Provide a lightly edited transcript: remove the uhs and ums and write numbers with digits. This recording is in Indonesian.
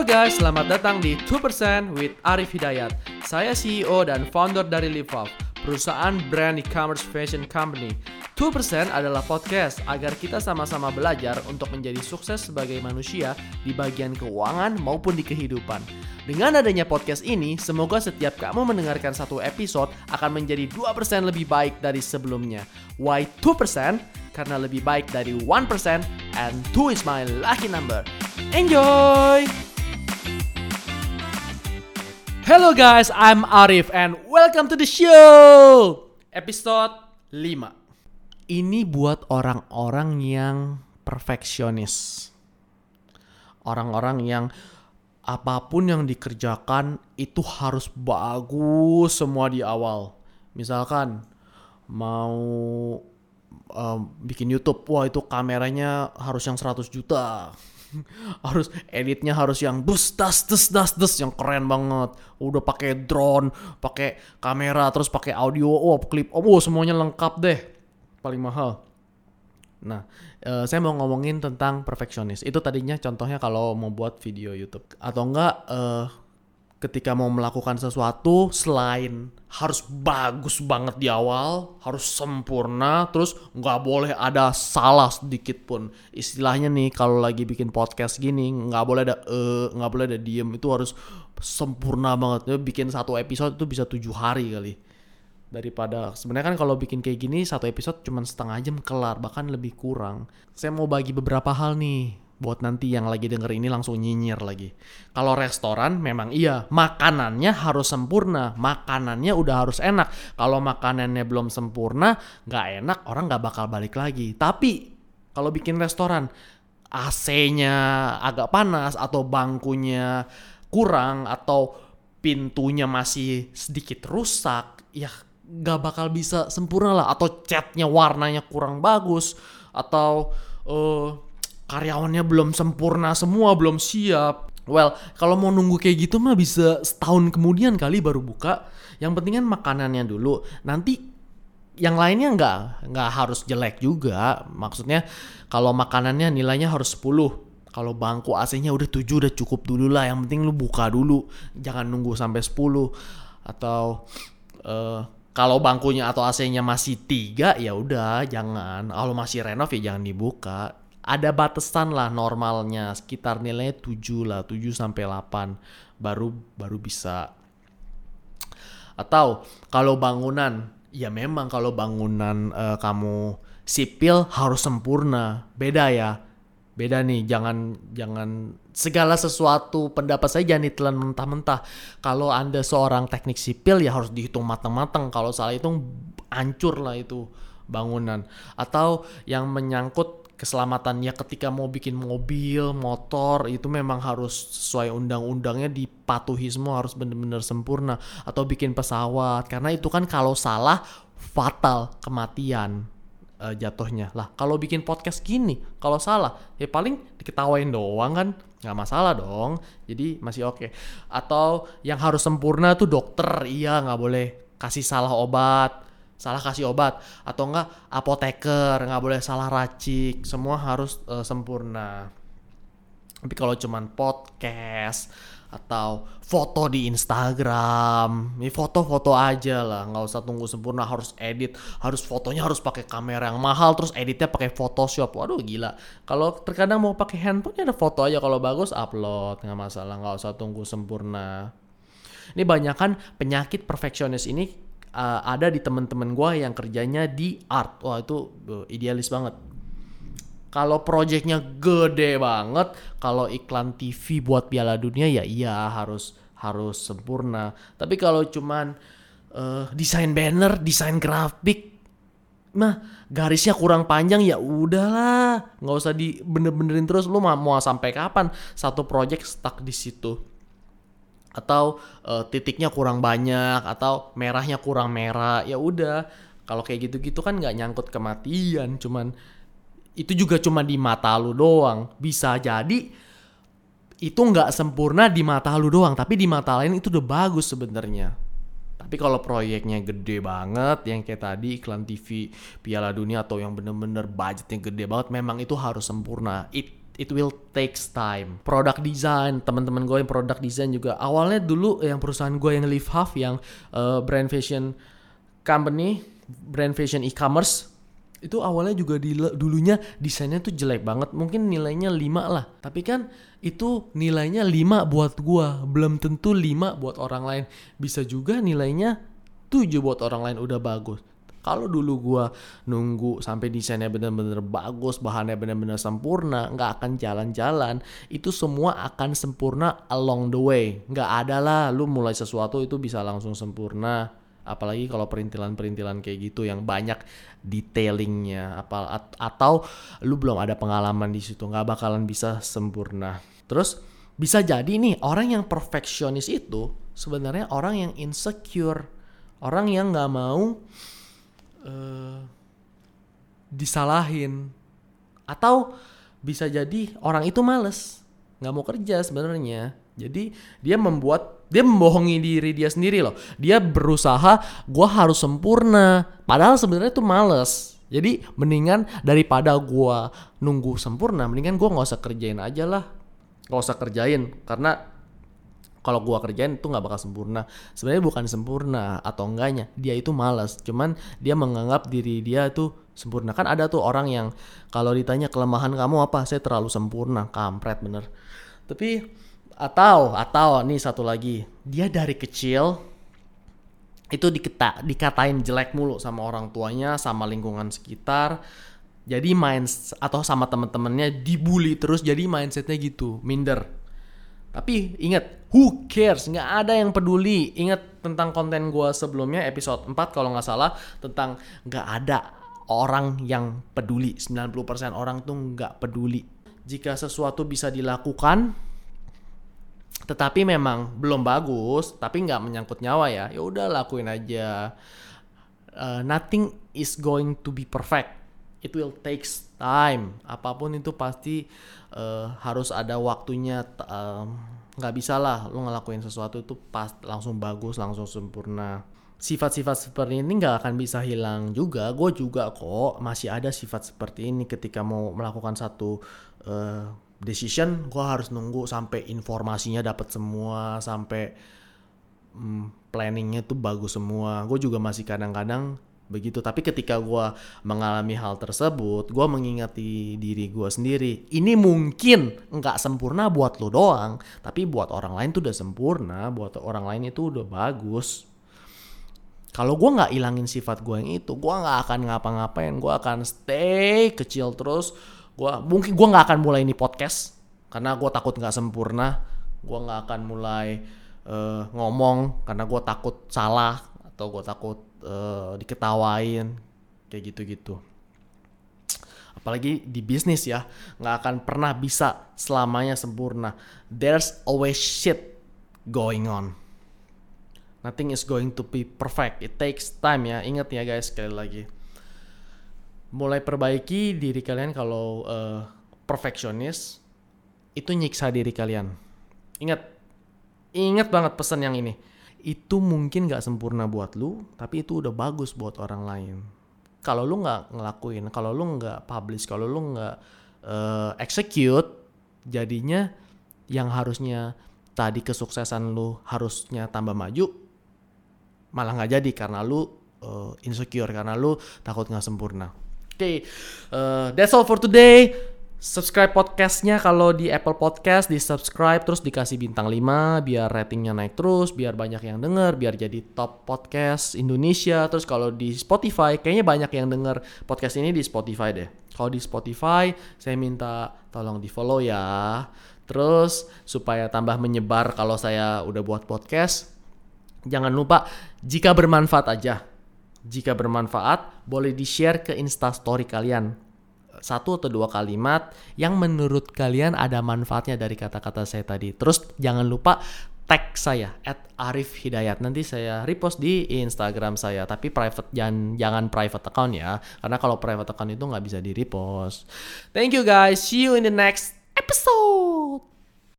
Halo guys, selamat datang di 2% with Arif Hidayat. Saya CEO dan founder dari LiveUp, perusahaan brand e-commerce fashion company. 2% adalah podcast agar kita sama-sama belajar untuk menjadi sukses sebagai manusia di bagian keuangan maupun di kehidupan. Dengan adanya podcast ini, semoga setiap kamu mendengarkan satu episode akan menjadi 2% lebih baik dari sebelumnya. Why 2%? Karena lebih baik dari 1% and 2 is my lucky number. Enjoy! Hello guys, I'm Arif and welcome to the show! Episode 5. Ini buat orang-orang yang perfeksionis. Orang-orang yang apapun yang dikerjakan itu harus bagus semua di awal. Misalkan mau bikin YouTube, wah itu kameranya harus yang 100 juta. Harus editnya harus yang das yang keren banget. Udah pakai drone, pakai kamera, terus pakai audio, klip, semuanya lengkap deh. Paling mahal. Nah, saya mau ngomongin tentang perfeksionis. Itu tadinya contohnya kalau mau buat video YouTube. Atau enggak ketika mau melakukan sesuatu, selain harus bagus banget di awal, harus sempurna, terus nggak boleh ada salah sedikit pun. Istilahnya nih, kalau lagi bikin podcast gini, nggak boleh ada diem, itu harus sempurna banget. Bikin satu episode itu bisa 7 hari kali. Daripada, sebenarnya kan kalau bikin kayak gini, satu episode cuma setengah jam kelar, bahkan lebih kurang. Saya mau bagi beberapa hal nih, buat nanti yang lagi denger ini langsung nyinyir lagi. Kalau restoran memang iya, makanannya harus sempurna, makanannya udah harus enak. Kalau makanannya belum sempurna, nggak enak, orang nggak bakal balik lagi. Tapi kalau bikin restoran, AC-nya agak panas, atau bangkunya kurang, atau pintunya masih sedikit rusak, ya nggak bakal bisa sempurna lah. Atau catnya warnanya kurang bagus, atau karyawannya belum sempurna semua, belum siap. Well, kalau mau nunggu kayak gitu mah bisa setahun kemudian kali baru buka. Yang penting kan makanannya dulu. Nanti yang lainnya nggak harus jelek juga. Maksudnya kalau makanannya nilainya harus 10. Kalau bangku AC-nya udah 7 udah cukup dulu lah. Yang penting lu buka dulu. Jangan nunggu sampai 10. Atau kalau bangkunya atau AC-nya masih 3 ya udah jangan. Kalau masih renov ya jangan dibuka. Ada batasan lah normalnya, sekitar nilainya 7 lah, 7 sampai 8 baru bisa. Atau kalau bangunan, ya memang kalau bangunan kamu sipil harus sempurna. Beda ya. Beda nih, jangan segala sesuatu pendapat saya jangan ditelan mentah-mentah. Kalau Anda seorang teknik sipil ya harus dihitung matang-matang. Kalau salah hitung hancur lah itu bangunan. Atau yang menyangkut keselamatan, ya ketika mau bikin mobil, motor, itu memang harus sesuai undang-undangnya, dipatuhi semua, harus benar-benar sempurna. Atau bikin pesawat, karena itu kan kalau salah fatal, kematian jatuhnya. Lah kalau bikin podcast gini, kalau salah ya paling diketawain doang kan, nggak masalah dong, jadi masih oke. Atau yang harus sempurna tuh dokter, iya nggak boleh salah kasih obat, atau enggak apoteker, nggak boleh salah racik, semua harus sempurna. Tapi kalau cuman podcast atau foto di Instagram, ini foto-foto aja lah, nggak usah tunggu sempurna, harus edit, fotonya harus pakai kamera yang mahal, terus editnya pakai Photoshop, waduh gila. Kalau terkadang mau pakai handphone ya ada foto aja, kalau bagus upload, nggak masalah, nggak usah tunggu sempurna. Ini banyak kan penyakit perfeksionis ini ada di teman-teman gue yang kerjanya di art. Wah itu idealis banget. Kalau projectnya gede banget, kalau iklan TV buat Piala Dunia ya iya harus sempurna. Tapi kalau cuman desain banner, desain grafik, garisnya kurang panjang ya udahlah, nggak usah bener-benerin terus. Lu mau sampai kapan satu project stuck di situ? Atau titiknya kurang banyak, atau merahnya kurang merah, ya udah. Kalau kayak gitu-gitu kan nggak nyangkut kematian, itu juga cuma di mata lu doang. Bisa jadi itu nggak sempurna di mata lu doang, tapi di mata lain itu udah bagus sebenarnya. Tapi kalau proyeknya gede banget, yang kayak tadi iklan TV Piala Dunia atau yang bener-bener budgetnya gede banget, memang itu harus sempurna. it will takes time. Product design, teman-teman gue yang product design juga awalnya dulu yang perusahaan gue yang Live Half yang brand fashion company, brand fashion e-commerce, itu awalnya juga dulunya desainnya tuh jelek banget, mungkin nilainya 5 lah. Tapi kan itu nilainya 5 buat gua, belum tentu 5 buat orang lain. Bisa juga nilainya 7 buat orang lain udah bagus. Kalau dulu gua nunggu sampai desainnya benar-benar bagus, bahannya benar-benar sempurna, nggak akan jalan-jalan. Itu semua akan sempurna along the way. Nggak ada lah lu mulai sesuatu itu bisa langsung sempurna. Apalagi kalau perintilan-perintilan kayak gitu yang banyak detailingnya, atau lu belum ada pengalaman di situ, nggak bakalan bisa sempurna. Terus bisa jadi nih orang yang perfeksionis itu sebenarnya orang yang insecure, orang yang nggak mau disalahin, atau bisa jadi orang itu males, nggak mau kerja sebenarnya. Jadi dia membohongi diri dia sendiri loh. Dia berusaha gue harus sempurna, padahal sebenarnya itu males. Jadi mendingan daripada gue nunggu sempurna, mendingan gue nggak usah kerjain aja lah, nggak usah kerjain, karena kalau gue kerjain itu nggak bakal sempurna. Sebenarnya bukan sempurna atau enggaknya, dia itu malas. Cuman dia menganggap diri dia tuh sempurna. Kan ada tuh orang yang kalau ditanya kelemahan kamu apa, saya terlalu sempurna, kampret bener. Tapi atau nih satu lagi, dia dari kecil itu dikatain jelek mulu sama orang tuanya, sama lingkungan sekitar. Jadi atau sama temen-temennya dibully terus, jadi mindsetnya gitu, minder. Tapi ingat, who cares? Nggak ada yang peduli. Ingat tentang konten gue sebelumnya, episode 4 kalau nggak salah, tentang nggak ada orang yang peduli. 90% orang tuh nggak peduli. Jika sesuatu bisa dilakukan, tetapi memang belum bagus, tapi nggak menyangkut nyawa ya udah lakuin aja. Nothing is going to be perfect. It will takes time. Apapun itu pasti harus ada waktunya. Nggak bisa lah lu ngelakuin sesuatu itu pas langsung bagus, langsung sempurna. Sifat-sifat seperti ini nggak akan bisa hilang juga. Gue juga kok masih ada sifat seperti ini ketika mau melakukan satu decision. Gue harus nunggu sampai informasinya dapat semua, sampai planningnya tuh bagus semua. Gue juga masih kadang-kadang begitu. Tapi ketika gue mengalami hal tersebut, gue mengingati diri gue sendiri. Ini mungkin nggak sempurna buat lo doang, tapi buat orang lain tuh udah sempurna. Buat orang lain itu udah bagus. Kalau gue nggak ilangin sifat gue yang itu, gue nggak akan ngapa-ngapain. Gue akan stay kecil terus. Mungkin gue nggak akan mulai ini podcast karena gue takut nggak sempurna. Gue nggak akan mulai ngomong karena gue takut salah atau gue takut diketawain kayak gitu-gitu. Apalagi di bisnis ya, nggak akan pernah bisa selamanya sempurna. There's always shit going on. Nothing is going to be perfect. It takes time ya. Ingat ya guys, sekali lagi. Mulai perbaiki diri kalian kalau perfeksionis itu nyiksa diri kalian. Ingat banget pesan yang ini. Itu mungkin gak sempurna buat lu, tapi itu udah bagus buat orang lain. Kalau lu gak ngelakuin, kalau lu gak publish, kalau lu gak execute, jadinya yang harusnya tadi kesuksesan lu harusnya tambah maju, malah gak jadi karena lu insecure, karena lu takut gak sempurna. Okay, that's all for today. Subscribe podcastnya kalau di Apple Podcast, di subscribe terus dikasih bintang 5 biar ratingnya naik terus, biar banyak yang denger, biar jadi top podcast Indonesia. Terus kalau di Spotify, kayaknya banyak yang denger podcast ini di Spotify deh. Kalau di Spotify, saya minta tolong di follow ya. Terus supaya tambah menyebar kalau saya udah buat podcast, jangan lupa jika bermanfaat aja. Jika bermanfaat, boleh di-share ke Instastory kalian. 1 atau 2 kalimat yang menurut kalian ada manfaatnya dari kata-kata saya tadi. Terus jangan lupa tag saya @arifhidayat. Nanti saya repost di Instagram saya. Tapi private, jangan private account ya. Karena kalau private account itu nggak bisa di repost. Thank you guys. See you in the next episode.